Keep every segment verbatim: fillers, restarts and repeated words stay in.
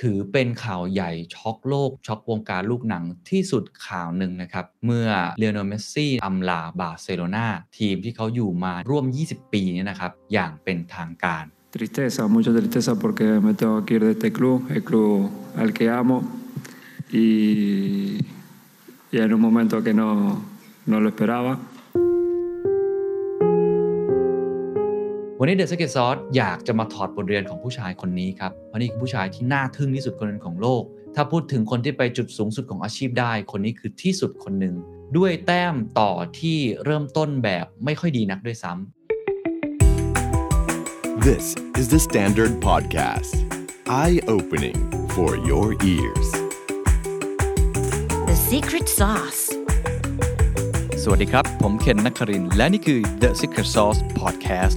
ถือเป็นข่าวใหญ่ช็อกโลกช็อกวงการลูกหนังที่สุดข่าวหนึ่งนะครับเมื่อเลโอเนลเมสซี่อำลาบาร์เซโลนาทีมที่เขาอยู่มาร่วมยี่สิบปีเนี่ยนะครับอย่างเป็นทางการ Tristeza, mucha tristeza porque me tengo que ir de este club, el club al que amo y, y en un momento que no, no lo esperaba. วันนี้ The Secret Sauce อยากจะมาถอดบทเรียนของผู้ชายคนนี้ครับเพราะนี่คือผู้ชายที่น่าทึ่งที่สุดคนหนึ่งของโลกถ้าพูดถึงคนที่ไปจุดสูงสุดของอาชีพได้คนนี้คือที่สุดคนหนึ่งด้วยแต้มต่อที่เริ่มต้นแบบไม่ค่อยดีนักด้วยซ้ำ This is the Standard Podcast. Eye-opening for your ears. The Secret Sauce สวัสดีครับผมเคนนักครินทร์และนี่คือ The Secret Sauce Podcast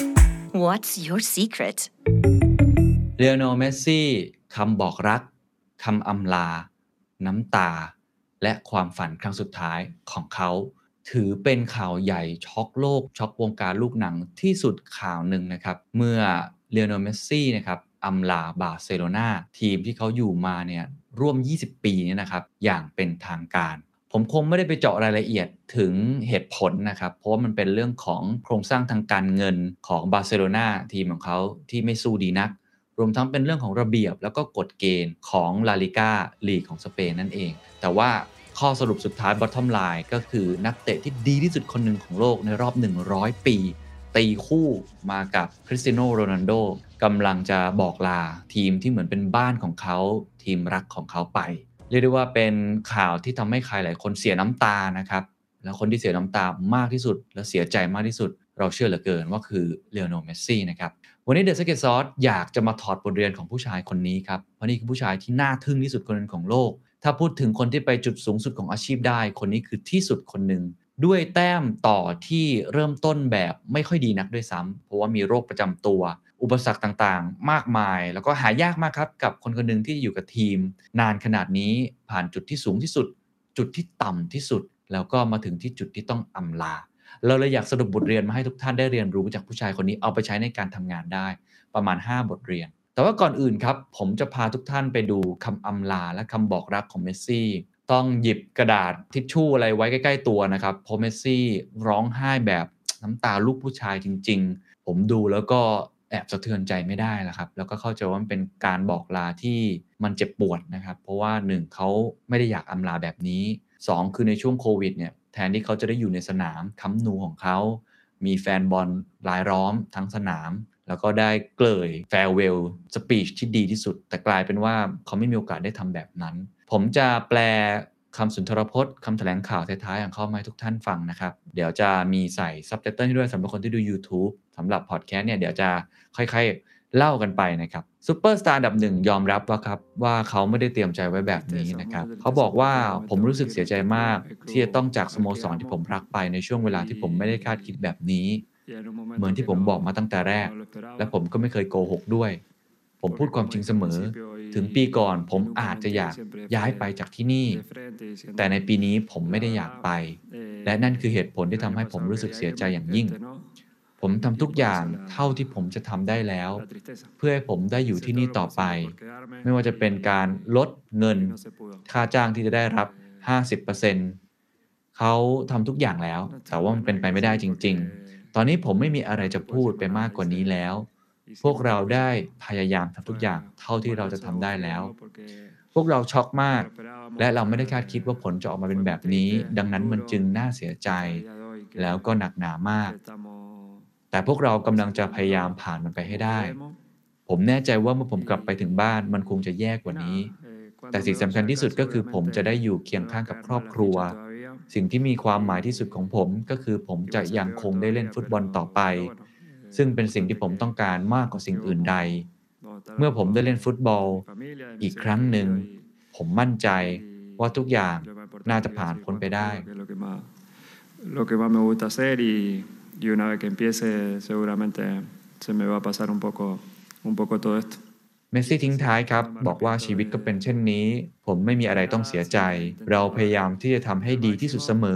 What's your secret เลโอเนลเมสซี่คำบอกรักคำอำลาน้ำตาและความฝันครั้งสุดท้ายของเขาถือเป็นข่าวใหญ่ช็อกโลกช็อกวงการลูกหนังที่สุดข่าวหนึ่งนะครับเมื่อเลโอเนลเมสซี่นะครับอำลาบาร์เซโลนาทีมที่เขาอยู่มาเนี่ยร่วมยี่สิบปีเนี่ยนะครับอย่างเป็นทางการผมคงไม่ได้ไปเจาะรายละเอียดถึงเหตุผลนะครับเพราะว่ามันเป็นเรื่องของโครงสร้างทางการเงินของบาร์เซโลนาทีมของเขาที่ไม่สู้ดีนักรวมทั้งเป็นเรื่องของระเบียบแล้วก็กฎเกณฑ์ของลาลิก้าลีกของสเปนนั่นเองแต่ว่าข้อสรุปสุดท้าย bottom line ก็คือนักเตะที่ดีที่สุดคนหนึ่งของโลกในรอบหนึ่งร้อยปีตีคู่มากับคริสเตียโนโรนัลโดกำลังจะบอกลาทีมที่เหมือนเป็นบ้านของเขาทีมรักของเขาไปเรียกได้ว่าเป็นข่าวที่ทำให้ใครหลายคนเสียน้ำตานะครับแล้วคนที่เสียน้ำตามากที่สุดและเสียใจมากที่สุดเราเชื่อเหลือเกินว่าคือเลโอเนลเมสซี่นะครับวันนี้ The Secret Sauce อยากจะมาถอดบทเรียนของผู้ชายคนนี้ครับเพราะนี่คือผู้ชายที่น่าทึ่งที่สุดคนหนึ่งของโลกถ้าพูดถึงคนที่ไปจุดสูงสุดของอาชีพได้คนนี้คือที่สุดคนหนึ่งด้วยแต้มต่อที่เริ่มต้นแบบไม่ค่อยดีนักด้วยซ้ำเพราะว่ามีโรคประจำตัวอุปสรรคต่างๆมากมายแล้วก็หายากมากครับกับคนคนหนึ่งที่อยู่กับทีมนานขนาดนี้ผ่านจุดที่สูงที่สุดจุดที่ต่ำที่สุดแล้วก็มาถึงที่จุดที่ต้องอำลาเราเลยอยากสรุปบทเรียนมาให้ทุกท่านได้เรียนรู้จากผู้ชายคนนี้เอาไปใช้ในการทำงานได้ประมาณห้าบทเรียนแต่ว่าก่อนอื่นครับผมจะพาทุกท่านไปดูคำอำลาและคำบอกรักของเมสซี่ต้องหยิบกระดาษทิชชู่อะไรไว้ใกล้ๆตัวนะครับเพราะเมสซี่ร้องไห้แบบน้ำตาลูกผู้ชายจริงๆผมดูแล้วก็แอบสะเทือนใจไม่ได้แล้วครับแล้วก็เข้าใจว่ามันเป็นการบอกลาที่มันเจ็บปวดนะครับเพราะว่าหนึ่งเขาไม่ได้อยากอำลาแบบนี้สองคือในช่วงโควิดเนี่ยแทนที่เขาจะได้อยู่ในสนามค้ำนูของเขามีแฟนบอลรายล้อมทั้งสนามแล้วก็ได้เกลยแฟร์เวลสปีชที่ดีที่สุดแต่กลายเป็นว่าเขาไม่มีโอกาสได้ทำแบบนั้นผมจะแปลคำสุนทรพจน์คำแถลงข่าวท้ายๆของเขามาให้ทุกท่านฟังนะครับเดี๋ยวจะมีใส่ซับไตเติลให้ด้วยสำหรับคนที่ดู YouTube สำหรับพอดแคสต์เนี่ยเดี๋ยวจะค่อยๆเล่ากันไปนะครับซุปเปอร์สตาร์อันดับหนึ่งยอมรับว่าครับว่าเขาไม่ได้เตรียมใจไว้แบบนี้นะครับเขาบอกว่าผมรู้สึกเสียใจมากที่จะต้องจากสโมสรที่ผมรักไปในช่วงเวลาที่ผมไม่ได้คาดคิดแบบนี้เหมือนที่ผมบอกมาตั้งแต่แรกและผมก็ไม่เคยโกหกด้วยผมพูดความจริงเสมอถึงปีก่อนผมอาจจะอยากย้ายไปจากที่นี่แต่ในปีนี้ผมไม่ได้อยากไปและนั่นคือเหตุผลที่ทำให้ผมรู้สึกเสียใจอย่างยิ่งผมทำทุกอย่างเท่าที่ผมจะทำได้แล้วเพื่อให้ผมได้อยู่ที่นี่ต่อไปไม่ว่าจะเป็นการลดเงินค่าจ้างที่จะได้รับ ห้าสิบเปอร์เซ็นต์ เขาทำทุกอย่างแล้วแต่ว่ามันเป็นไปไม่ได้จริงๆตอนนี้ผมไม่มีอะไรจะพูดไปมากกว่านี้แล้วพวกเราได้พยายามทำทุกอย่างเท่าที่เราจะทำได้แล้วพวกเราช็อกมากและเราไม่ได้คาดคิดว่าผลจะออกมาเป็นแบบนี้ดังนั้นมันจึงน่าเสียใจแล้วก็หนักหนามากแต่พวกเรากำลังจะพยายามผ่านมันไปให้ได้ผมแน่ใจว่าเมื่อผมกลับไปถึงบ้านมันคงจะแย่กว่านี้แต่สิ่งสำคัญที่สุดก็คือผมจะได้อยู่เคียงข้างกับครอบครัวสิ่งที่มีความหมายที่สุดของผมก็คือผมจะยังคงได้เล่นฟุตบอลต่อไปซึ่งเป็นสิ่งที่ผมต้องการมากกว่าสิ่งอื่นใดเมื่อผมได้เล่นฟุตบอลอีกครั้งหนึ่งผมมั่นใจว่าทุกอย่างน่าจะผ่านพ้นไปได้ Lo que más me gusta hacer y y una vez que empiece seguramente se me va a pasar un poco un poco todo esto เมสซี่ทิ้งท้ายครับบอกว่าชีวิตก็เป็นเช่นนี้ผมไม่มีอะไรต้องเสียใจเราพยายามที่จะทำให้ดีที่สุดเสมอ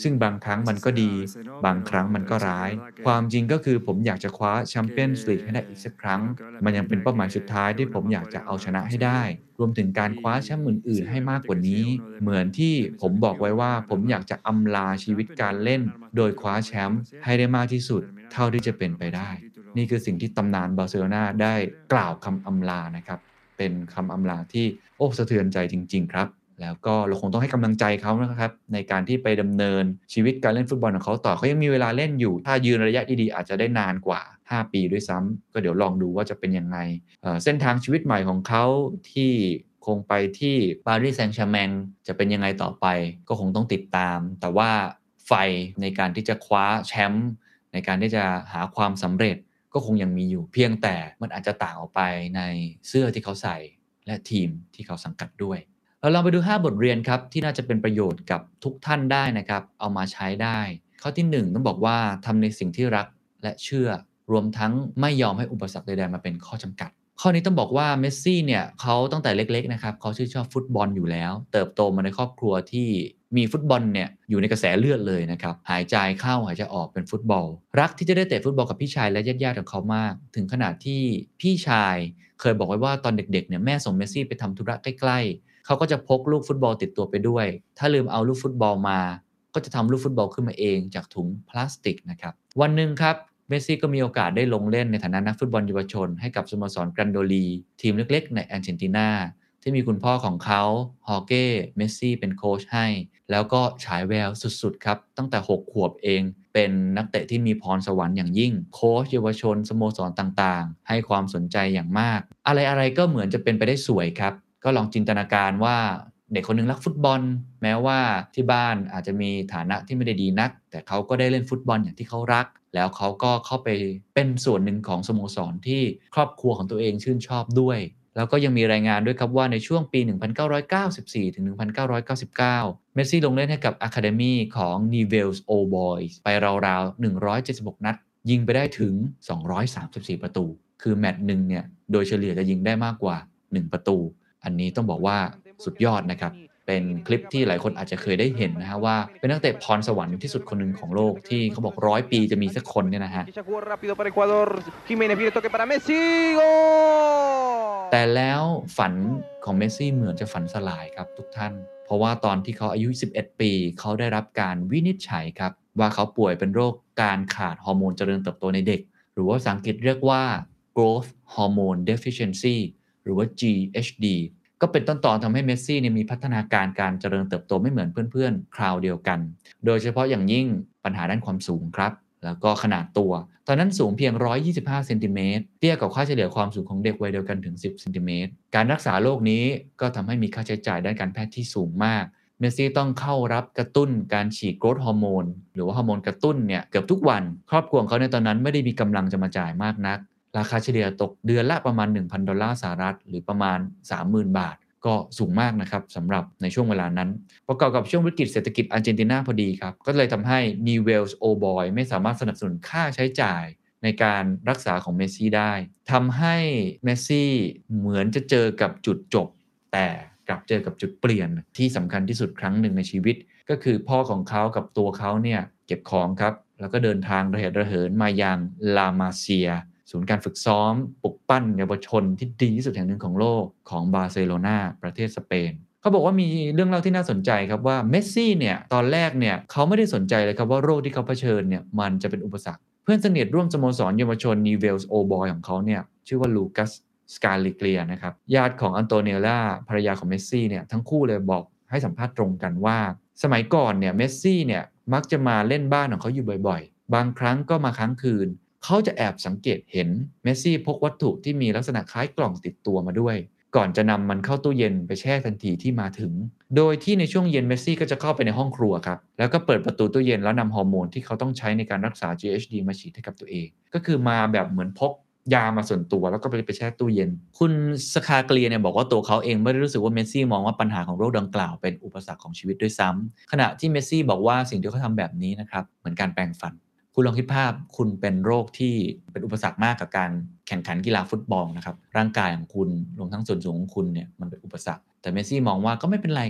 ซึ่งบางครั้งมันก็ดีบางครั้งมันก็ร้ายความจริงก็คือผมอยากจะคว้าแชมเปี้ยนส์ลีกให้ได้อีกสักครั้งมันยังเป็นเป้าหมายสุดท้ายที่ผมอยากจะเอาชนะให้ได้รวมถึงการคว้าแชมป์อื่นๆให้มากกว่านี้เหมือนที่ผมบอกไว้ว่าผมอยากจะอำลาชีวิตการเล่นโดยคว้าแชมป์ให้ได้มากที่สุดเท่าที่จะเป็นไปได้นี่คือสิ่งที่ตำนานบาร์เซโลนาได้กล่าวคำอำลานะครับเป็นคำอำลาที่โอ้สะเทือนใจจริงๆครับแล้วก็เราคงต้องให้กำลังใจเขานะครับในการที่ไปดำเนินชีวิตการเล่นฟุตบอลของเขาต่อเขายังมีเวลาเล่นอยู่ถ้ายืนระยะดีๆอาจจะได้นานกว่าห้าปีด้วยซ้ำก็เดี๋ยวลองดูว่าจะเป็นยังไงเอ่อเส้นทางชีวิตใหม่ของเขาที่คงไปที่ปารีสแซงต์แชร์แมงจะเป็นยังไงต่อไปก็คงต้องติดตามแต่ว่าไฟในการที่จะคว้าแชมป์ในการที่จะหาความสำเร็จก็คงยังมีอยู่เพียงแต่มันอาจจะต่างออกไปในเสื้อที่เขาใส่และทีมที่เขาสังกัดด้วยเราลองไปดูห้าบทเรียนครับที่น่าจะเป็นประโยชน์กับทุกท่านได้นะครับเอามาใช้ได้ข้อที่หนึ่งต้องบอกว่าทำในสิ่งที่รักและเชื่อรวมทั้งไม่ยอมให้อุปสรรคใดๆมาเป็นข้อจำกัดข้อนี้ต้องบอกว่าเมสซี่เนี่ยเขาตั้งแต่เล็กๆนะครับเขาชื่นชอบฟุตบอลอยู่แล้วเติบโตมาในครอบครัวที่มีฟุตบอลเนี่ยอยู่ในกระแสเลือดเลยนะครับหายใจเข้าหายใจออกเป็นฟุตบอลรักที่จะได้เตะฟุตบอลกับพี่ชายและญาติๆของเขามากถึงขนาดที่พี่ชายเคยบอกไว้ว่าตอนเด็กๆเนี่ยแม่ส่งเมสซี่ไปทำธุระใกล้ๆเขาก็จะพกลูกฟุตบอลติดตัวไปด้วยถ้าลืมเอาลูกฟุตบอลมาก็จะทำลูกฟุตบอลขึ้นมาเองจากถุงพลาสติกนะครับวันหนึ่งครับเมสซี่ก็มีโอกาสได้ลงเล่นในฐานะนักฟุตบอลเยาวชนให้กับสโมสรแกรนโดลีทีมเล็กๆในอาร์เจนตินาที่มีคุณพ่อของเขาฮอร์เก้เมสซี่เป็นโค้ชให้แล้วก็ฉายแววสุดๆครับตั้งแต่หกขวบเองเป็นนักเตะที่มีพรสวรรค์อย่างยิ่งโค้ชเยาวชนสโมสรต่างๆให้ความสนใจอย่างมากอะไรๆก็เหมือนจะเป็นไปได้สวยครับก็ลองจินตนาการว่าเด็กคนนึงรักฟุตบอลแม้ว่าที่บ้านอาจจะมีฐานะที่ไม่ได้ดีนักแต่เขาก็ได้เล่นฟุตบอลอย่างที่เขารักแล้วเขาก็เข้าไปเป็นส่วนหนึ่งของสโมสรที่ครอบครัวของตัวเองชื่นชอบด้วยแล้วก็ยังมีรายงานด้วยครับว่าในช่วงปี หนึ่งพันเก้าร้อยเก้าสิบสี่ ถึง หนึ่งพันเก้าร้อยเก้าสิบเก้า เมสซี่ลงเล่นให้กับ Academy ของ Newell's Old Boys ไปราวๆ หนึ่งร้อยเจ็ดสิบหก นัดยิงไปได้ถึง สองร้อยสามสิบสี่ ประตูคือแมตช์นึงเนี่ยโดยเฉลี่ยจะยิงได้มากกว่า หนึ่ง ประตูอันนี้ต้องบอกว่าสุดยอดนะครับเป็นคลิปที่หลายคนอาจจะเคยได้เห็นนะฮะว่าเป็นนักเตะพรสวรรค์ที่สุดคนหนึ่งของโลกที่เขาบอกร้อยปีจะมีสักคนเนี่ยนะฮะแต่แล้วฝันของเมสซี่เหมือนจะฝันสลายครับทุกท่านเพราะว่าตอนที่เขาอายุสิบเอ็ดปีเขาได้รับการวินิจฉัยครับว่าเขาป่วยเป็นโรคการขาดฮอร์โมนเจริญเติบโตในเด็กหรือว่าภาษาอังกฤษเรียกว่า growth hormone deficiency หรือว่า จี เอช ดี ก็เป็นต้นตอทำให้เมสซี่เนี่ยมีพัฒนาการการเจริญเติบโตไม่เหมือนเพื่อนๆคราวเดียวกันโดยเฉพาะอย่างยิ่งปัญหาด้านความสูงครับแล้วก็ขนาดตัวตอนนั้นสูงเพียงหนึ่งร้อยยี่สิบห้าเซนติเมตรเทียบกับค่าเฉลี่ยความสูงของเด็กวัยเดียวกันถึงสิบเซนติเมตรการรักษาโรคนี้ก็ทำให้มีค่าใช้จ่ายด้านการแพทย์ที่สูงมากเมสซี่ต้องเข้ารับกระตุ้นการฉีดโกรทฮอร์โมนหรือว่าฮอร์โมนกระตุ้นเนี่ยเกือบทุกวันครอบครัวของเขาในตอนนั้นไม่ได้มีกำลังจะมาจ่ายมากนักราคาเฉลี่ยตกเดือนละประมาณ หนึ่งพัน ดอลลาร์สหรัฐหรือประมาณ สามหมื่น บาทก็สูงมากนะครับสำหรับในช่วงเวลานั้นประกอบกับช่วงวิกฤตเศรษฐกิจอาร์เจนตินาพอดีครับก็เลยทำให้ Newell's Old Boys ไม่สามารถสนับสนุนค่าใช้จ่ายในการรักษาของเมสซี่ได้ทำให้เมสซี่เหมือนจะเจอกับจุดจบแต่กลับเจอกับจุดเปลี่ยนที่สำคัญที่สุดครั้งหนึ่งในชีวิตก็คือพ่อของเขากับตัวเขาเนี่ยเก็บของครับแล้วก็เดินทางระเหตุระเหินมายังลามาเซียศูนย์การฝึกซ้อมปลุกปั้นเยาวชนที่ดีที่สุดแห่งหนึ่งของโลกของบาร์เซโลนาประเทศสเปนเขาบอกว่ามีเรื่องเล่าที่น่าสนใจครับว่าเมสซี่เนี่ยตอนแรกเนี่ยเขาไม่ได้สนใจเลยครับว่าโรคที่เขาเผชิญเนี่ยมันจะเป็นอุปสรรคเพื่อนสนิทร่วมสโมสรเยาวชน Newell's Old Boys ของเขาเนี่ยชื่อว่าลูคัสสกาลิเกลียนะครับญาติของอันโตเนียล่าภรรยาของเมสซี่เนี่ยทั้งคู่เลยบอกให้สัมภาษณ์ตรงกันว่าสมัยก่อนเนี่ยเมสซี่เนี่ยมักจะมาเล่นบ้านของเขาอยู่บ่อยๆบางครั้งก็มาค้างคืนเขาจะแอบสังเกตเห็นเมสซี่พกวัตถุที่มีลักษณะคล้ายกล่องติดตัวมาด้วยก่อนจะนำมันเข้าตู้เย็นไปแช่ทันทีที่มาถึงโดยที่ในช่วงเย็นเมสซี่ก็จะเข้าไปในห้องครัวครับแล้วก็เปิดประตูตู้เย็นแล้วนำฮอร์โมนที่เขาต้องใช้ในการรักษา จี เอช ดี มาฉีดให้กับตัวเองก็คือมาแบบเหมือนพกยามาส่วนตัวแล้วก็ไปไปแช่ตู้เย็นคุณสคาเกลียเนี่ยบอกว่าตัวเขาเองไม่ได้รู้สึกว่าเมสซี่มองว่าปัญหาของโรคดังกล่าวเป็นอุปสรรคของชีวิตด้วยซ้ำขณะที่เมสซี่บอกว่าสิ่งที่เขาทำแบบนี้นะครับเหมือนการแปรงฟันคุณลองคิดภาพคุณเป็นโรคที่เป็นอุปสรรคมากกับการแข่งขันกีฬาฟุตบอลนะครับร่างกายของคุณรวมทั้งส่วนสูงของคุณเนี่ยมันเป็นอุปสรรคแต่เมสซี่มองว่าก็ไม่เป็นไรครับ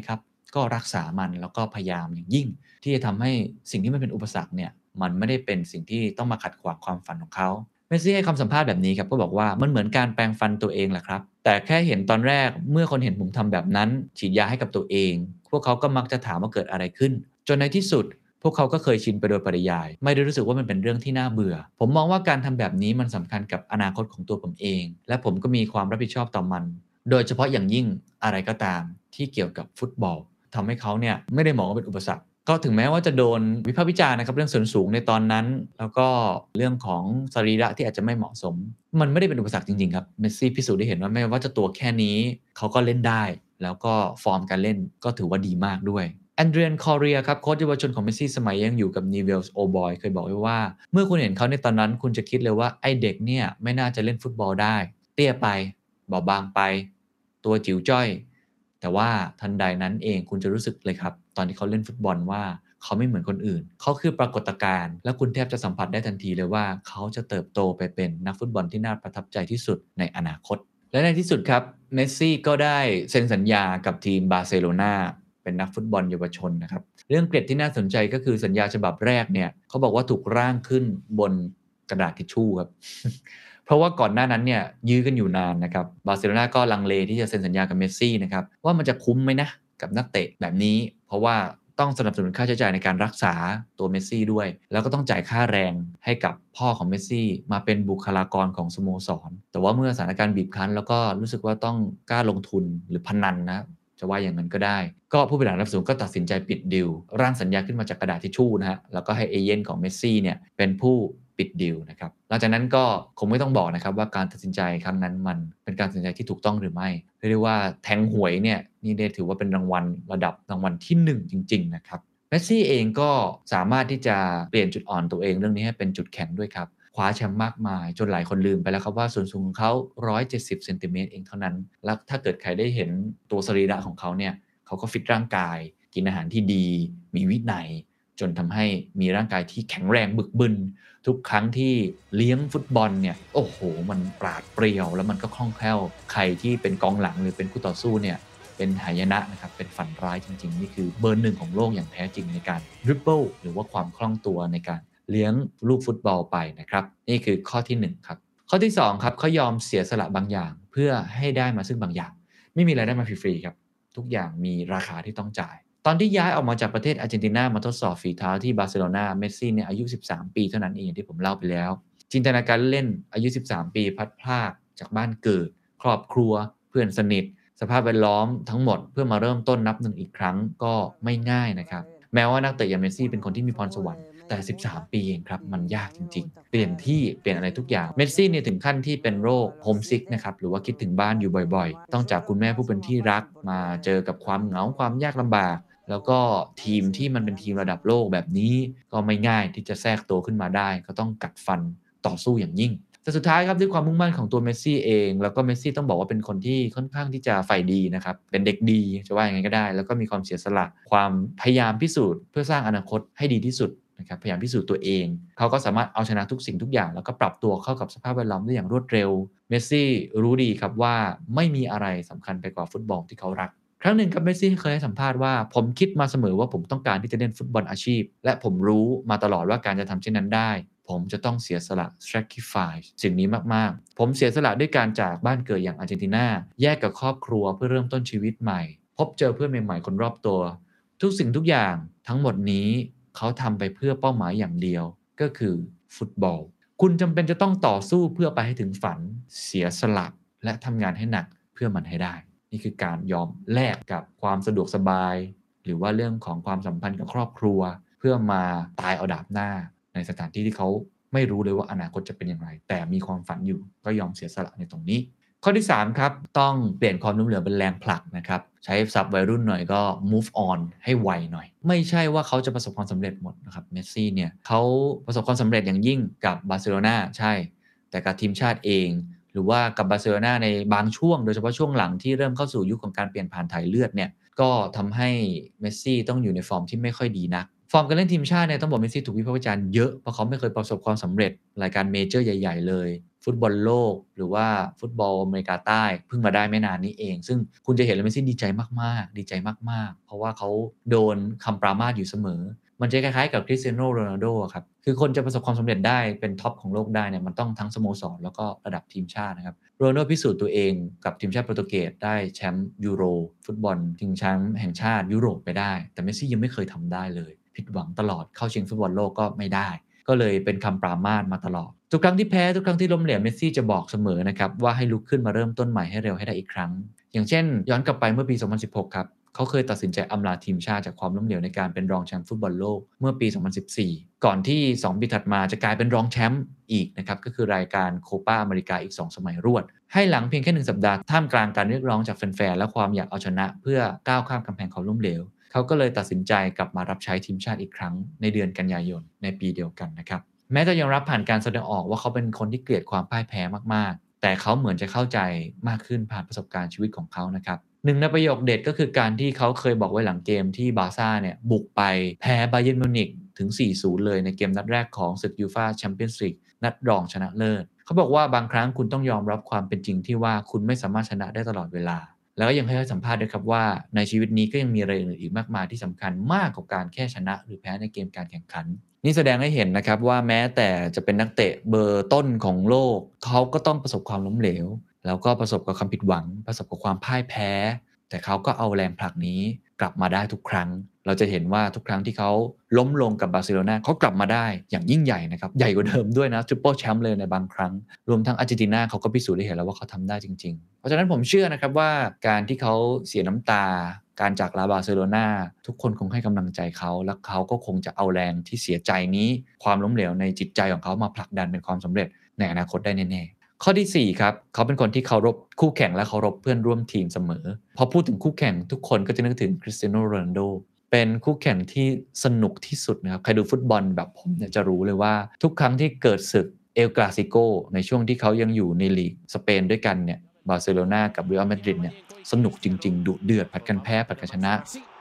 ก็รักษามันแล้วก็พยายามอย่างยิ่งที่จะทำให้สิ่งที่มันเป็นอุปสรรคเนี่ยมันไม่ได้เป็นสิ่งที่ต้องมาขัดขวางความฝันของเขาเมสซี่ให้คำสัมภาษณ์แบบนี้ครับก็บอกว่ามันเหมือนการแปรงฟันตัวเองแหละครับแต่แค่เห็นตอนแรกเมื่อคนเห็นผมทำแบบนั้นฉีดยาให้กับตัวเองพวกเขาก็มักจะถามว่าเกิดอะไรขึ้นจนในที่สุดพวกเขาก็เคยชินไปโดยปริยายไม่ได้รู้สึกว่ามันเป็นเรื่องที่น่าเบื่อผมมองว่าการทำแบบนี้มันสำคัญกับอนาคตของตัวผมเองและผมก็มีความรับผิดชอบต่อมันโดยเฉพาะอย่างยิ่งอะไรก็ตามที่เกี่ยวกับฟุตบอลทำให้เขาเนี่ยไม่ได้มองว่าเป็นอุปสรรคก็ถึงแม้ว่าจะโดนวิพากษ์วิจารณ์นะครับเรื่องส่วนสูงในตอนนั้นแล้วก็เรื่องของสรีระที่อาจจะไม่เหมาะสมมันไม่ได้เป็นอุปสรรคจริงๆครับเมสซี่พิสูจน์ได้เห็นว่าไม่ว่าจะตัวแค่นี้เขาก็เล่นได้แล้วก็ฟอร์มการเล่นก็ถือว่าดีมากด้วยแอนเดรียน คอเรียครับโค้ชเยาวชนของเมสซี่สมัยยังอยู่กับนิวเวลส์โอบอยเคยบอกไว้ว่าเมื่อคุณเห็นเขาในตอนนั้นคุณจะคิดเลยว่าไอ้เด็กเนี่ยไม่น่าจะเล่นฟุตบอลได้เตี้ยไปบอบบางไปตัวจิ๋วจ้อยแต่ว่าทันใดนั้นเองคุณจะรู้สึกเลยครับตอนที่เขาเล่นฟุตบอลว่าเขาไม่เหมือนคนอื่นเขาคือปรากฏการณ์และคุณแทบจะสัมผัสได้ทันทีเลยว่าเขาจะเติบโตไปเป็นนักฟุตบอลที่น่าประทับใจที่สุดในอนาคตและในที่สุดครับเมสซี่ก็ได้เซ็นสัญญากับทีมบาร์เซโลนาเป็นนักฟุตบอลเยาวชนนะครับเรื่องเกร็ดที่น่าสนใจก็คือสัญญาฉบับแรกเนี่ยเขาบอกว่าถูกร่างขึ้นบนกระดาษทิชชู่ครับ เพราะว่าก่อนหน้านั้นเนี่ยยื้อกันอยู่นานนะครับบาร์เซโลนาก็ลังเลที่จะเซ็นสัญญากับเมสซี่นะครับว่ามันจะคุ้มไหมนะกับนักเตะแบบนี้เพราะว่าต้องสนับสนุนค่าใช้จ่ายในการรักษาตัวเมสซี่ด้วยแล้วก็ต้องจ่ายค่าแรงให้กับพ่อของเมสซี่มาเป็นบุคลากรของสโมสรแต่ว่าเมื่อสถานการณ์บีบคั้นแล้วก็รู้สึกว่าต้องกล้าลงทุนหรือพนันนะจะว่าอย่างนั้นก็ได้ก็ผู้บริหารระดับสูงก็ตัดสินใจปิดดีลร่างสัญญาขึ้นมาจากกระดาษทิชชู่นะฮะแล้วก็ให้เอเย่นของเมสซี่เนี่ยเป็นผู้ปิดดีลนะครับหลังจากนั้นก็คงไม่ต้องบอกนะครับว่าการตัดสินใจครั้งนั้นมันเป็นการตัดสินใจที่ถูกต้องหรือไม่เรียกได้ว่าแทงหวยเนี่ยนี่ได้ถือว่าเป็นรางวัลระดับรางวัลที่หนึ่งจริงๆนะครับเมสซี่เองก็สามารถที่จะเปลี่ยนจุดอ่อนตัวเองเรื่องนี้ให้เป็นจุดแข็งด้วยครับคว้าแชมป์มากมายจนหลายคนลืมไปแล้วครับว่าส่วนสูงของเขาหนึ่งร้อยเจ็ดสิบเซนติเมตรเองเท่านั้นแล้วถ้าเกิดใครได้เห็นตัวสรีระของเขาเนี่ยเขาก็ฟิตร่างกายกินอาหารที่ดีมีวินัยจนทำให้มีร่างกายที่แข็งแรงบึกบึนทุกครั้งที่เลี้ยงฟุตบอลเนี่ยโอ้โหมันปราดเปรียวแล้วมันก็คล่องแคล่วใครที่เป็นกองหลังหรือเป็นคู่ต่อสู้เนี่ยเป็นหายนะนะครับเป็นฝันร้ายจริงๆนี่คือเบอร์หนึ่งของโลกอย่างแท้จริงในการดริบเบิลหรือว่าความคล่องตัวในการเลี้ยงลูกฟุตบอลไปนะครับนี่คือข้อที่หนึ่งครับข้อที่สองครับเขายอมเสียสละบางอย่างเพื่อให้ได้มาซึ่งบางอย่างไม่มีอะไรได้มาฟรีๆครับทุกอย่างมีราคาที่ต้องจ่ายตอนที่ย้ายออกมาจากประเทศอาร์เจนตินามาทดสอบฝีเท้าที่บาร์เซโลนาเมสซี่เนี่ยอายุสิบสามปีเท่านั้นเองที่ผมเล่าไปแล้วจินตนาการเล่นอายุสิบสามปีพัดพรากจากบ้านเกิดครอบครัวเพื่อนสนิทสภาพแวดล้อมทั้งหมดเพื่อมาเริ่มต้นนับหนึ่งอีกครั้งก็ไม่ง่ายนะครับแม้ว่านักเตะอย่างเมสซี่เป็นคนที่มีพรสวรรค์แต่สิบสามปีเองครับมันยากจริงๆเปลี่ยนที่เปลี่ยนอะไรทุกอย่างเมสซี่เนี่ยถึงขั้นที่เป็นโรคโฮมซิกนะครับหรือว่าคิดถึงบ้านอยู่บ่อยๆต้องจากคุณแม่ผู้เป็นที่รักมาเจอกับความเหงาความยากลำบากแล้วก็ทีมที่มันเป็นทีมระดับโลกแบบนี้ก็ไม่ง่ายที่จะแทรกตัวขึ้นมาได้ก็ต้องกัดฟันต่อสู้อย่างยิ่งแต่สุดท้ายครับด้วยความมุ่งมั่นของตัวเมสซี่เองแล้วก็เมสซี่ต้องบอกว่าเป็นคนที่ค่อนข้างที่จะใฝ่ดีนะครับเป็นเด็กดีจะว่าอย่างไรก็ได้แล้วก็มีความเสียสละความพยายามพิสูจน์เพื่อสร้างอนาคตให้ดีที่สุดนะครับพยายามพิสูจน์ตัวเองเขาก็สามารถเอาชนะทุกสิ่งทุกอย่างแล้วก็ปรับตัวเข้ากับสภาพแวดล้อมได้อย่างรวดเร็วเมสซี่รู้ดีครับว่าไม่มีอะไรสำคัญไปกว่าฟุตบอลที่เขารักครั้งหนึ่งครับเมสซี่เคยให้สัมภาษณ์ว่าผมคิดมาเสมอว่าผมต้องการที่จะเล่นฟุตบอลอาชีพและผมรู้มาตลอดว่าการจะทำเช่นนั้นได้ผมจะต้องเสียสละ sacrifice สิ่งนี้มากๆผมเสียสละด้วยการจากบ้านเกิดอย่างอาร์เจนตินาแยกกับครอบครัวเพื่อเริ่มต้นชีวิตใหม่พบเจอเพื่อนใหม่ๆคนรอบตัวทุกสิ่งทุกอย่างทั้งหมดนี้เขาทำไปเพื่อเป้าหมายอย่างเดียวก็คือฟุตบอลคุณจำเป็นจะต้องต่อสู้เพื่อไปให้ถึงฝันเสียสละและทำงานให้หนักเพื่อมันให้ได้นี่คือการยอมแลกกับความสะดวกสบายหรือว่าเรื่องของความสัมพันธ์กับครอบครัวเพื่อมาตายเอาดาบหน้าในสถานที่ที่เขาไม่รู้เลยว่าอนาคตจะเป็นอย่างไรแต่มีความฝันอยู่ก็ยอมเสียสละในตรงนี้ข้อที่สามครับต้องเปลี่ยนความล้มเหลวเป็นแรงผลักนะครับใช้ศัพท์วัยรุ่นหน่อยก็ move on ให้ไวหน่อยไม่ใช่ว่าเขาจะประสบความสำเร็จหมดนะครับเมสซี่เนี่ยเขาประสบความสำเร็จอย่างยิ่งกับบาร์เซโลนาใช่แต่กับทีมชาติเองหรือว่ากับบาร์เซโลนาในบางช่วงโดยเฉพาะช่วงหลังที่เริ่มเข้าสู่ยุคของการเปลี่ยนผ่านถ่ายเลือดเนี่ยก็ทำให้เมสซี่ต้องอยู่ในฟอร์มที่ไม่ค่อยดีนักฟอร์มการเล่นทีมชาติเนี่ยต้องบอกเมสซี่ถูกวิพากษ์วิจารณ์เยอะเพราะเขาไม่เคยประสบความสำเร็จรายการเมเจอร์ใหญ่ๆเลยฟุตบอลโลกหรือว่าฟุตบอลอเมริกาใต้เพิ่งมาได้ไม่นานนี้เองซึ่งคุณจะเห็นเลยเมสซี่ดีใจมากๆดีใจมากๆเพราะว่าเขาโดนคำปรามาสอยู่เสมอมันจะคล้ายๆกับคริสเตียโนโรนัลโดครับคือคนจะประสบความสำเร็จได้เป็นท็อปของโลกได้เนี่ยมันต้องทั้งสโมสรแล้วก็ระดับทีมชาตินะครับโรนัลโดพิสูจน์ตัวเองกับทีมชาติโปรตุเกสได้แชมป์ยูโรฟุตบอลชิงแชมป์แห่งชาติยุโรปไปได้แต่เมสซี่ยังไม่เคยทำได้เลยผิดหวังตลอดเข้าชิงฟุตบอลโลกก็ไม่ได้ก็เลยเป็นคำปรามาสมาตลอดทุกครั้งที่แพ้ทุกครั้งที่ล้มเหลวเมสซี่จะบอกเสมอนะครับว่าให้ลุกขึ้นมาเริ่มต้นใหม่ให้เร็วให้ได้อีกครั้งอย่างเช่นย้อนกลับไปเมื่อปีสองพันสิบหกครับเขาเคยตัดสินใจอำลาทีมชาติจากความล้มเหลวในการเป็นรองแชมป์ฟุตบอลโลกเมื่อปีสองพันสิบสี่ก่อนที่สองปีถัดมาจะกลายเป็นรองแชมป์อีกนะครับก็คือรายการโคปาอเมริกาอีกสองสมัยรวดให้หลังเพียงแค่หนึ่งสัปดาห์ท่ามกลางการเรียกร้องจากแฟนๆและความอยากเอาชนะเพื่อก้าวข้ามกำแพงความล้มเหลวเขาก็เลยตัดสินใจกลับมารับใช้ทีมชาติอีกครั้งในเดือนกันยายนในปีเดียวกันนะครับแม้จะยอมรับผ่านการแสดงออกว่าเขาเป็นคนที่เกลียดความพ่ายแพ้มากๆแต่เขาเหมือนจะเข้าใจมากขึ้นผ่านประสบการณ์ชีวิตของเขานะครับหนึ่งในประโยคเด็ดก็คือการที่เขาเคยบอกไว้หลังเกมที่บาร์ซ่าเนี่ยบุกไปแพ้บาเยิร์นมิวนิกถึง สี่ศูนย์ เลยในเกมนัดแรกของศึกยูฟ่าแชมเปี้ยนส์ลีกนัดรองชนะเลิศเขาบอกว่าบางครั้งคุณต้องยอมรับความเป็นจริงที่ว่าคุณไม่สามารถชนะได้ตลอดเวลาแล้วก็ยังให้สัมภาษณ์ด้วยครับว่าในชีวิตนี้ก็ยังมีอะไรอื่นอีกมากมายที่สำคัญมากกว่าการแค่ชนะหรือแพ้ในเกมการแข่งขันนี่แสดงให้เห็นนะครับว่าแม้แต่จะเป็นนักเตะเบอร์ต้นของโลกเขาก็ต้องประสบความล้มเหลวแล้วก็ประสบกับความผิดหวังประสบกับความพ่ายแพ้แต่เขาก็เอาแรงผลักนี้กลับมาได้ทุกครั้งเราจะเห็นว่าทุกครั้งที่เขาล้มลงกับบาร์เซโลนาเขากลับมาได้อย่างยิ่งใหญ่นะครับใหญ่กว่าเดิมด้วยนะทริปเปิลแชมป์เลยในบางครั้งรวมทั้งอาร์เจนตินาเขาก็พิสูจน์ได้เห็นแล้วว่าเขาทำได้จริงๆเพราะฉะนั้นผมเชื่อนะครับว่าการที่เขาเสียน้ำตาการจากลาบาร์เซโลนาทุกคนคงให้กำลังใจเขาและเขาก็คงจะเอาแรงที่เสียใจนี้ความล้มเหลวในจิตใจของเขามาผลักดันเป็นความสำเร็จในอนาคตได้แน่ๆข้อที่สี่ครับเขาเป็นคนที่เคารพคู่แข่งและเคารพเพื่อนร่วมทีมเสมอพอพูดถึงคู่แข่งทุกคนก็จะนึกถึงคริสเตียโนโรนัลโดเป็นคู่แข่งที่สนุกที่สุดนะครับใครดูฟุตบอลแบบผมเนี่ยจะรู้เลยว่าทุกครั้งที่เกิดศึกเอลคลาซิโกในช่วงที่เขายังอยู่ในลีกสเปนด้วยกันเนี่ยบาร์เซโลนากับเรอัลมาดริดเนี่ยสนุกจริงๆดุเดือดผัดกันแพ้ผัดกันชนะ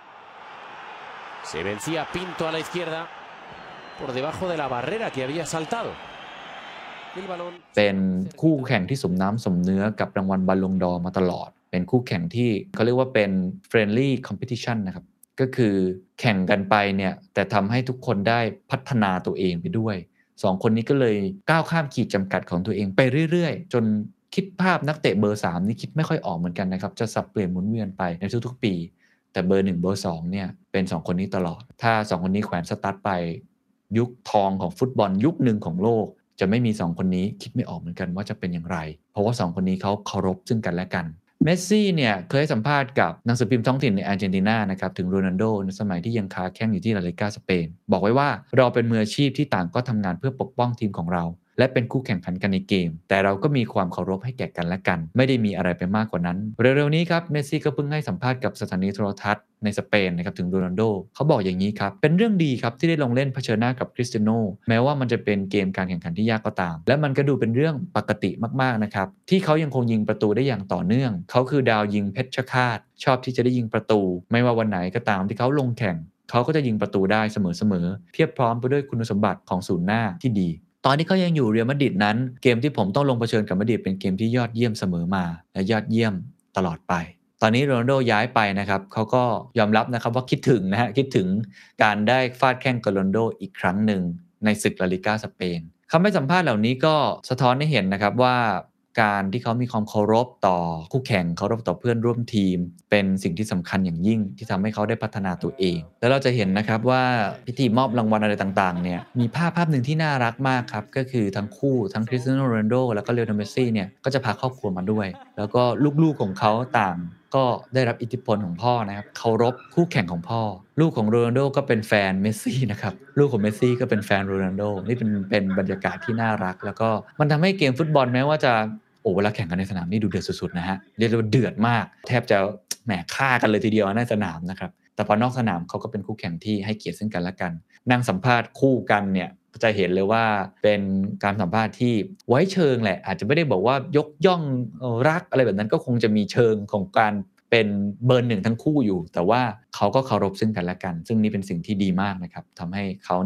Se vencía Pinto a la izquierda por debajo de la barrera que había saltado. เป็นคู่แข่งที่สมน้ำสมเนื้อกับรางวัลบัลลงดอร์มาตลอดเป็นคู่แข่งที่เขาเรียกว่าเป็น friendly competition นะครับก็คือแข่งกันไปเนี่ยแต่ทำให้ทุกคนได้พัฒนาตัวเองไปด้วยสองคนนี้ก็เลยก้าวข้ามขีดจำกัดของตัวเองไปเรื่อยๆจนคิดภาพนักเตะเบอร์สามนี่คิดไม่ค่อยออกเหมือนกันนะครับจะสับเปลี่ยนหมุนเวียนไปในทุกๆปีแต่เบอร์หนึ่งเบอร์สองเนี่ยเป็นสองคนนี้ตลอดถ้าสองคนนี้แขวนสตาร์ทไปยุคทองของฟุตบอลยุคหนึ่งของโลกจะไม่มีสองคนนี้คิดไม่ออกเหมือนกันว่าจะเป็นอย่างไรเพราะว่าสองคนนี้เขาเคารพซึ่งกันและกันเมสซี่เนี่ยเคยให้สัมภาษณ์กับหนังสือพิมพ์ท้องถิ่นในอาร์เจนตินานะครับถึงโรนัลโดในสมัยที่ยังค้าแข้งอยู่ที่ลาลิก้าสเปนบอกไว้ว่าเราเป็นมืออาชีพที่ต่างก็ทำงานเพื่อปกป้องทีมของเราและเป็นคู่แข่งขันกันในเกมแต่เราก็มีความเคารพให้แก่กันและกันไม่ได้มีอะไรไปมากกว่านั้นเร็วๆนี้ครับเมสซี่ก็เพิ่งให้สัมภาษณ์กับสถานีโทรทัศน์ในสเปนนะครับถึงโรนัลโดเขาบอกอย่างนี้ครับเป็นเรื่องดีครับที่ได้ลงเล่นเผชิญหน้ากับคริสเตียโนแม้ว่ามันจะเป็นเกมการแข่งขันที่ยากก็ตามและมันก็ดูเป็นเรื่องปกติมากๆนะครับที่เขายังคงยิงประตูได้อย่างต่อเนื่องเขาคือดาวยิงเพชรฆาตชอบที่จะได้ยิงประตูไม่ว่าวันไหนก็ตามที่เขาลงแข่งเขาก็จะยิงประตูได้เสมอๆเพียบพร้อมไปด้วยคุณสมบัติของศูนย์หน้าที่ดีตอนที่เขายังอยู่เรอัลมาดริดนั้นเกมที่ผมต้องลงเผชิญกับมาดริดเป็นเกมที่ยอดเยี่ยมเสมอมาและยอดเยี่ยมตลอดไปตอนนี้โรนัลโดย้ายไปนะครับเขาก็ยอมรับนะครับว่าคิดถึงนะฮะคิดถึงการได้ฟาดแข้งกับโรนัลโดอีกครั้งหนึ่งในศึกลาลิก้าสเปนคำให้สัมภาษณ์เหล่านี้ก็สะท้อนให้เห็นนะครับว่าการที่เขามีความเคารพต่อคู่แข่งเคารพต่อเพื่อนร่วมทีมเป็นสิ่งที่สำคัญอย่างยิ่งที่ทำให้เขาได้พัฒนาตัวเองแล้วเราจะเห็นนะครับว่าพิธีมอบรางวัลอะไรต่างๆเนี่ยมีภาพภาพหนึ่งที่น่ารักมากครับก็คือทั้งคู่ทั้งคริสเตียโนโรนัลโดแล้วก็เลโอเนล เมสซี่เนี่ยก็จะพาครอบครัวมาด้วยแล้วก็ลูกๆของเขาต่างก็ได้รับอิทธิพลของพ่อนะครับเคารพคู่แข่งของพ่อลูกของโรนัลโดก็เป็นแฟนเมสซี่นะครับลูกของเมสซี่ก็เป็นแฟนโรนัลโดนี่เป็นเป็นบรรยากาศที่น่ารักแล้วก็มันทำให้เกมฟุตบอลแม้ว่าจะโอ้เวลาแข่งกันในสนามนี่ดูเดือดสุดๆนะฮะเรียกว่าเดือดมากแทบจะแหมฆ่ากันเลยทีเดียวในสนามนะครับแต่พอนอกสนามเขาก็เป็นคู่แข่งที่ให้เกียรติซึ่งกันและกันนั่งสัมภาษณ์คู่กันเนี่ยจะเห็นเลยว่าเป็นการสัมภาษณ์ที่ไว้เชิงแหละอาจจะไม่ได้บอกว่ายกย่องรักอะไรแบบนั้นก็คงจะมีเชิงของการเป็นเบอร์หนึ่งทั้งคู่อยู่แต่ว่าเขาก็เคารพซึ่งกันและกันซึ่งนี่เป็นสิ่งที่ดีมากนะครับทำให้เขาเนี่ย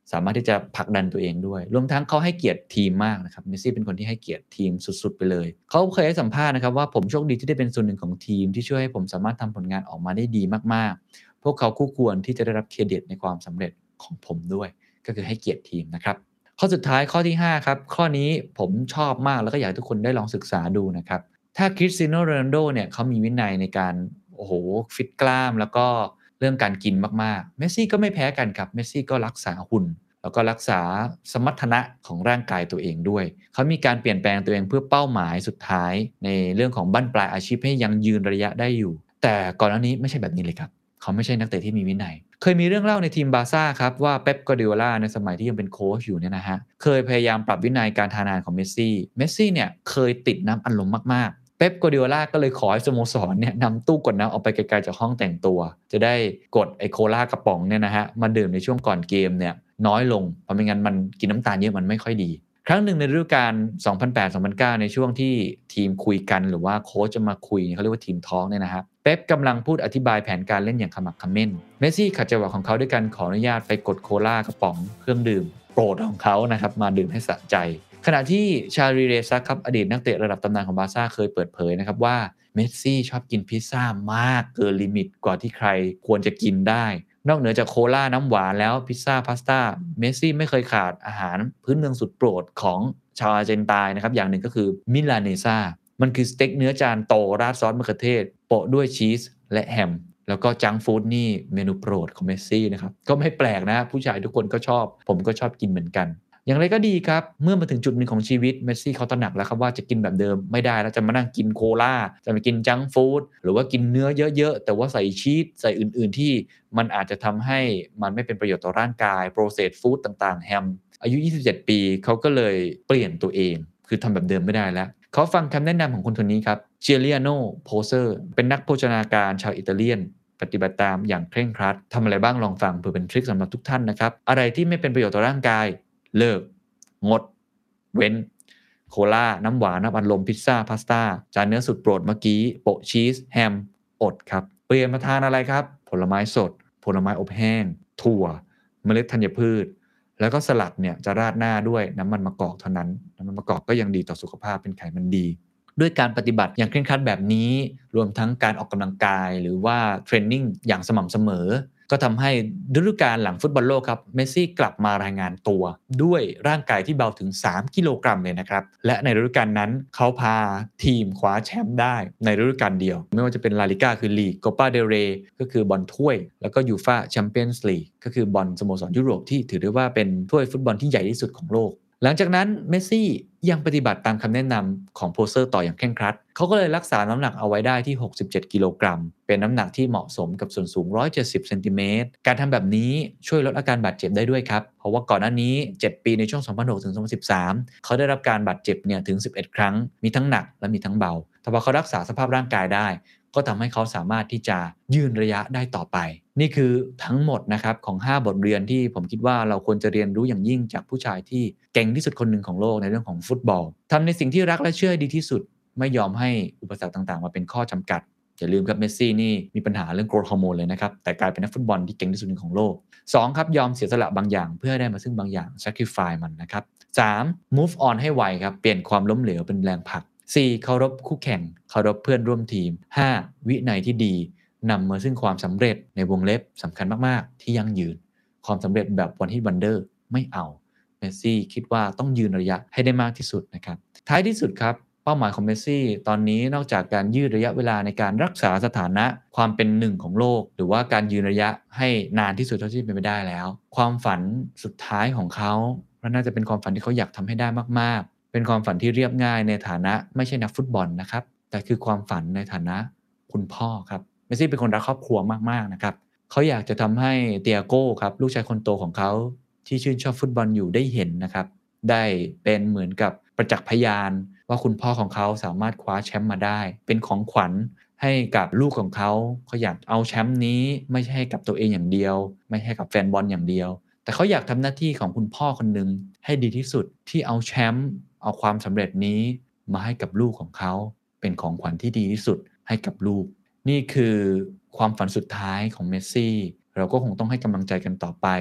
สามารถที่จะผลักดันตัวเองด้วยรวมทั้งเขาให้เกียรติทีมมากนะครับเมสซี่เป็นคนที่ให้เกียรติทีมสุดๆไปเลยเขาเคยให้สัมภาษณ์นะครับว่าผมโชคดีที่ได้เป็นส่วนหนึ่งของทีมที่ช่วยให้ผมสามารถทำผลงานออกมาได้ดีมากๆพวกเขาคู่ควรที่จะได้รับเครดิตในความสำเร็จของผมด้วยก็คือให้เกียรติทีมนะครับข้อสุดท้ายข้อที่ห้าครับข้อนี้ผมชอบมากแล้วก็อยากให้ทุกคนได้ลองศึกษาดูนะครับถ้าคริสเตียโนโรนัลโดเนี่ยเขามีวินัยในการโอ้โหฟิตกล้ามแล้วก็เรื่องการกินมากๆเมสซี่ก็ไม่แพ้กันครับเมสซี่ก็รักษาหุ่นแล้วก็รักษาสมรรถนะของร่างกายตัวเองด้วยเขามีการเปลี่ยนแปลงตัวเองเพื่อเป้าหมายสุดท้ายในเรื่องของบั้นปลายอาชีพให้ยังยืนระยะได้อยู่แต่ก่อนหน้านี้ไม่ใช่แบบนี้เลยครับเขาไม่ใช่นักเตะที่มีวินัยเคยมีเรื่องเล่าในทีมบาร์ซ่าครับว่าเป๊ป กวาร์ดิโอลาในสมัยที่ยังเป็นโค้ชอยู่เนี่ยนะฮะเคยพยายามปรับวินัยการทานอาหารของเมสซี่เมสซี่เนี่ยเคยติดน้ำอัดลมมากๆเป๊ป กวาร์ดิโอลาก็เลยขอให้สโมสรเนี่ยนำตู้กดน้ำออกไปไกลๆจากห้องแต่งตัวจะได้กดไอโคลากระป๋องเนี่ยนะฮะมาดื่มในช่วงก่อนเกมเนี่ยน้อยลงเพราะไม่งั้นมันกินน้ำตาลเยอะมันไม่ค่อยดีครั้งหนึ่งในฤดูกาล สองพันแปด สองพันเก้า ในช่วงที่ทีมคุยกันหรือว่าโค้ชจะมาคุยเขาเรียกว่าทีมทอล์กเนี่ยนะฮะเป๊ปกำลังพูดอธิบายแผนการเล่นอย่างขมักเขม้นเมสซี่ขัดจังหวะของเขาด้วยการขออนุญาตไปกดโคลากระป๋องเครื่องดื่มโปรดของเขานะครับมาดื่มให้สะใจขณะที่ชาลีเรซักครับอดีตนักเตะระดับตำนานของบาร์ซ่าเคยเปิดเผยนะครับว่าเมสซี่ชอบกินพิซซ่ามากเกินลิมิตกว่าที่ใครควรจะกินได้นอกเหนือจากโคลาน้ำหวานแล้วพิซซ่าพาสต้าเมสซี่ไม่เคยขาดอาหารพื้นเมืองสุดโปรดของชาวอาร์เจนไตน์นะครับอย่างหนึ่งก็คือมิลานเนซ่ามันคือสเต็กเนื้อจานโตราดซอสมะเขือเทศโปะด้วยชีสและแฮมแล้วก็จังก์ฟู้ดนี่เมนูโปรดของเมสซี่นะครับก็ไม่แปลกนะผู้ชายทุกคนก็ชอบผมก็ชอบกินเหมือนกันอย่างไรก็ดีครับเมื่อมาถึงจุดหนึ่งของชีวิตเมสซี่เขาตระหนักแล้วครับว่าจะกินแบบเดิมไม่ได้แล้วจะมานั่งกินโคลาจะมากินจังก์ฟู้ดหรือว่ากินเนื้อเยอะๆแต่ว่าใส่ชีสใส่อื่นๆที่มันอาจจะทำให้มันไม่เป็นประโยชน์ต่อร่างกายโปรเซสฟู้ดต่างๆแฮมอายุยี่สิบเจ็ดปีเขาก็เลยเปลี่ยนตัวเองคือทำแบบเดิมไม่ได้แล้วเขาฟังคำแนะนำของคนคนนี้ครับเจียริอาโนโพเซอร์เป็นนักโภชนาการชาวอิตาเลียนปฏิบัติตามอย่างเคร่งครัดทำอะไรบ้างลองฟังเพื่อเป็นทริคสำหรับทุกท่านนะครับอะไรที่ไม่เป็นประโยชน์ต่อร่างกายเลิกงดเว้นโคลาน้ำหวานน้ำอัดลมพิซซ่าพาสต้าจานเนื้อสุดโปรดเมื่อกี้โปะชีสแฮมอดครับเปลี่ยนมาทานอะไรครับผลไม้สดผลไม้อบแห้งถั่วเมล็ดธัญพืชแล้วก็สลัดเนี่ยจะราดหน้าด้วยน้ำมันมะกอกเท่านั้นน้ำมันมะกอกก็ยังดีต่อสุขภาพเป็นไขมันดีด้วยการปฏิบัติอย่างเคร่งครัดแบบนี้รวมทั้งการออกกำลังกายหรือว่าเทรนนิ่งอย่างสม่ำเสมอก็ทำให้ฤดูกาลหลังฟุตบอลโลกครับเมสซี่กลับมารายงานตัวด้วยร่างกายที่เบาถึงสามกิโลกรัมเลยนะครับและในฤดูกาลนั้นเขาพาทีมคว้าแชมป์ได้ในฤดูกาลเดียวไม่ว่าจะเป็นลาลิก้าคือลีกโคปาเดลเรย์ก็คือบอลถ้วยแล้วก็ยูฟ่าแชมเปี้ยนส์ลีกก็คือบอลสโมสรยุโรปที่ถือได้ว่าเป็นถ้วยฟุตบอลที่ใหญ่ที่สุดของโลกหลังจากนั้นเมสซี่ยังปฏิบัติตามคำแนะนำของโพเซอร์ต่ออย่างเคร่งครัดเขาก็เลยรักษาน้ำหนักเอาไว้ได้ที่หกสิบเจ็ดกิโลกรัมเป็นน้ำหนักที่เหมาะสมกับส่วนสูงหนึ่งร้อยเจ็ดสิบเซนติเมตรการทำแบบนี้ช่วยลดอาการบาดเจ็บได้ด้วยครับเพราะว่าก่อนหน้านี้เจ็ดปีในช่วงสองพันหกถึงสองพันสิบสามเขาได้รับการบาดเจ็บเนี่ยถึงสิบเอ็ดครั้งมีทั้งหนักและมีทั้งเบาแต่พอเขารักษาสภาพร่างกายได้ก็ทำให้เขาสามารถที่จะยืนระยะได้ต่อไปนี่คือทั้งหมดนะครับของห้าบทเรียนที่ผมคิดว่าเราควรจะเรียนรู้อย่างยิ่งจากผู้ชายที่เก่งที่สุดคนหนึ่งของโลกในเรื่องของฟุตบอลทำในสิ่งที่รักและเชื่อดีที่สุดไม่ยอมให้อุปสรรคต่างๆมาเป็นข้อจำกัดอย่าลืมครับเมสซี่นี่มีปัญหาเรื่องโกรทฮอร์โมนเลยนะครับแต่กลายเป็นนักฟุตบอลที่เก่งที่สุดของโลกสองครับยอมเสียสละบางอย่างเพื่อได้มาซึ่งบางอย่าง sacrifice มันนะครับสาม move on ให้ไวครับเปลี่ยนความล้มเหลวเป็นแรงผลักสี่เคารพคู่แข่งเคารพเพื่อนร่วมทีมห้าวินัยที่ดีนำมาซึ่งความสำเร็จในวงเล็บสำคัญมากๆที่ยั่งยืนความสำเร็จแบบวันฮิตวันเดอร์ไม่เอาเมสซี่คิดว่าต้องยืนระยะให้ได้มากที่สุดนะครับท้ายที่สุดครับเป้าหมายของเมสซี่ตอนนี้นอกจากการยืดระยะเวลาในการรักษาสถานะความเป็นหนึ่งของโลกหรือว่าการยืนระยะให้นานที่สุดเท่าที่เป็นไปได้แล้วความฝันสุดท้ายของเขาและน่าจะเป็นความฝันที่เขาอยากทำให้ได้มากๆเป็นความฝันที่เรียบง่ายในฐานะไม่ใช่นักฟุตบอลนะครับแต่คือความฝันในฐานะคุณพ่อครับเมสซี่เป็นคนรักครอบครัวมากๆนะครับเขาอยากจะทำให้เตียโก้ครับลูกชายคนโตของเขาที่ชื่นชอบฟุตบอลอยู่ได้เห็นนะครับได้เป็นเหมือนกับประจักษ์พยานว่าคุณพ่อของเขาสามารถคว้าแชมป์มาได้เป็นของขวัญให้กับลูกของเขาเขาอยากเอาแชมป์นี้ไม่ใช่ให้กับตัวเองอย่างเดียวไม่ใช่กับแฟนบอลอย่างเดียวแต่เขาอยากทำหน้าที่ของคุณพ่อคนหนึ่งให้ดีที่สุดที่เอาแชมป์เอาความสำเร็จนี้มาให้กับลูกของเขาเป็นของขวัญที่ดีที่สุดให้กับลูกนี่คือความฝันสุดท้ายของเมสซี่เราก็คงต้องให้กำลังใจกันต่อไป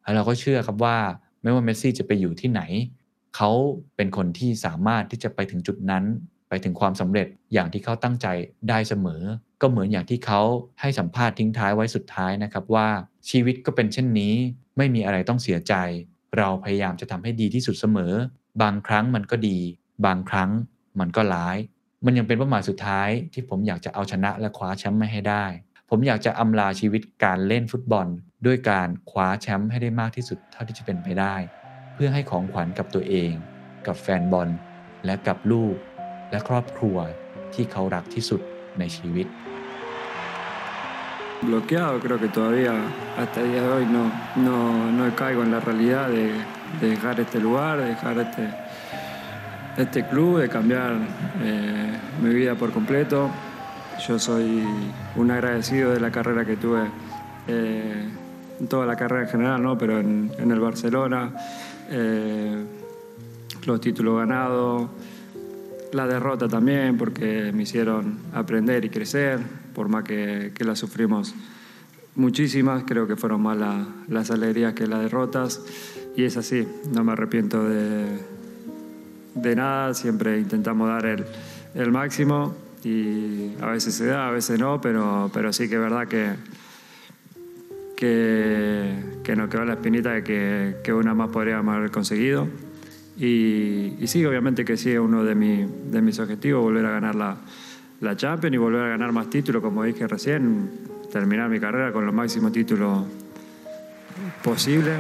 แล้วเราก็เชื่อครับว่าไม่ว่าเมสซี่จะไปอยู่ที่ไหนเขาเป็นคนที่สามารถที่จะไปถึงจุดนั้นไปถึงความสำเร็จอย่างที่เขาตั้งใจได้เสมอก็เหมือนอย่างที่เขาให้สัมภาษณ์ทิ้งท้ายไว้สุดท้ายนะครับว่าชีวิตก็เป็นเช่นนี้ไม่มีอะไรต้องเสียใจเราพยายามจะทำให้ดีที่สุดเสมอบางครั้งมันก็ดีบางครั้งมันก็ร้ายมันยังเป็นเป้าหมายสุดท้ายที่ผมอยากจะเอาชนะและคว้าแชมป์มาให้ได้ผมอยากจะอำลาชีวิตการเล่นฟุตบอลด้วยการคว้าแชมป์ให้ได้มากที่สุดเท่าที่จะเป็นไปได้เพื่อให้ของขวัญกับตัวเองกับแฟนบอลและกับลูกและครอบครัวที่เขารักที่สุดในชีวิต Bloqueado, creo que todavía hasta el día de hoy no, no, no caigo en la realidad de, de dejar este lugar, de dejar este, este club, de cambiar eh, mi vida por completo. Yo soy un agradecido de la carrera que tuve, eh, toda la carrera en general, ¿no? Pero en, en el Barcelona, eh, los títulos ganados, la derrota también, porque me hicieron aprender y crecer, por más que, que las sufrimos muchísimas, creo que fueron más la, las alegrías que las derrotas, y es así, no me arrepiento de, de nada, siempre intentamos dar el, el máximo, y a veces se da, a veces no, pero, pero sí que es verdad que, que, que nos quedó la espinita de que, que una más podríamos haber conseguido. Y, y sí, obviamente que sí es uno de, mi, de mis objetivos, volver a ganar la, la Champions y volver a ganar más títulos, como dije recién, terminar mi carrera con los máximos títulos posibles.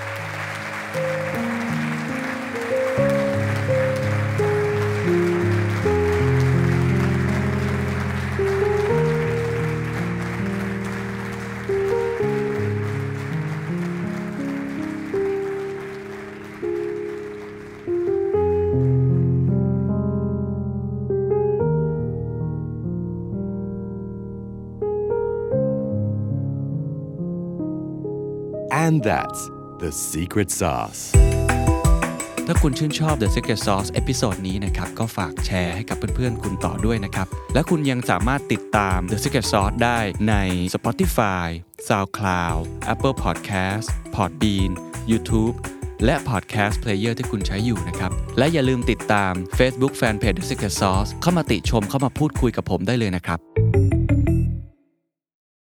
And that's the secret sauce. ถ้าคุณชื่นชอบ The Secret Sauce เอพิโซดนี้นะครับก็ฝากแชร์ให้กับเพื่อนๆคุณต่อด้วยนะครับและคุณยังสามารถติดตาม The Secret Sauce ได้ใน Spotify, SoundCloud, Apple Podcast, Podbean, YouTube และ Podcast Player ที่คุณใช้อยู่นะครับและอย่าลืมติดตาม Facebook Fanpage The Secret Sauce เข้ามาติชมเข้ามาพูดคุยกับผมได้เลยนะครับ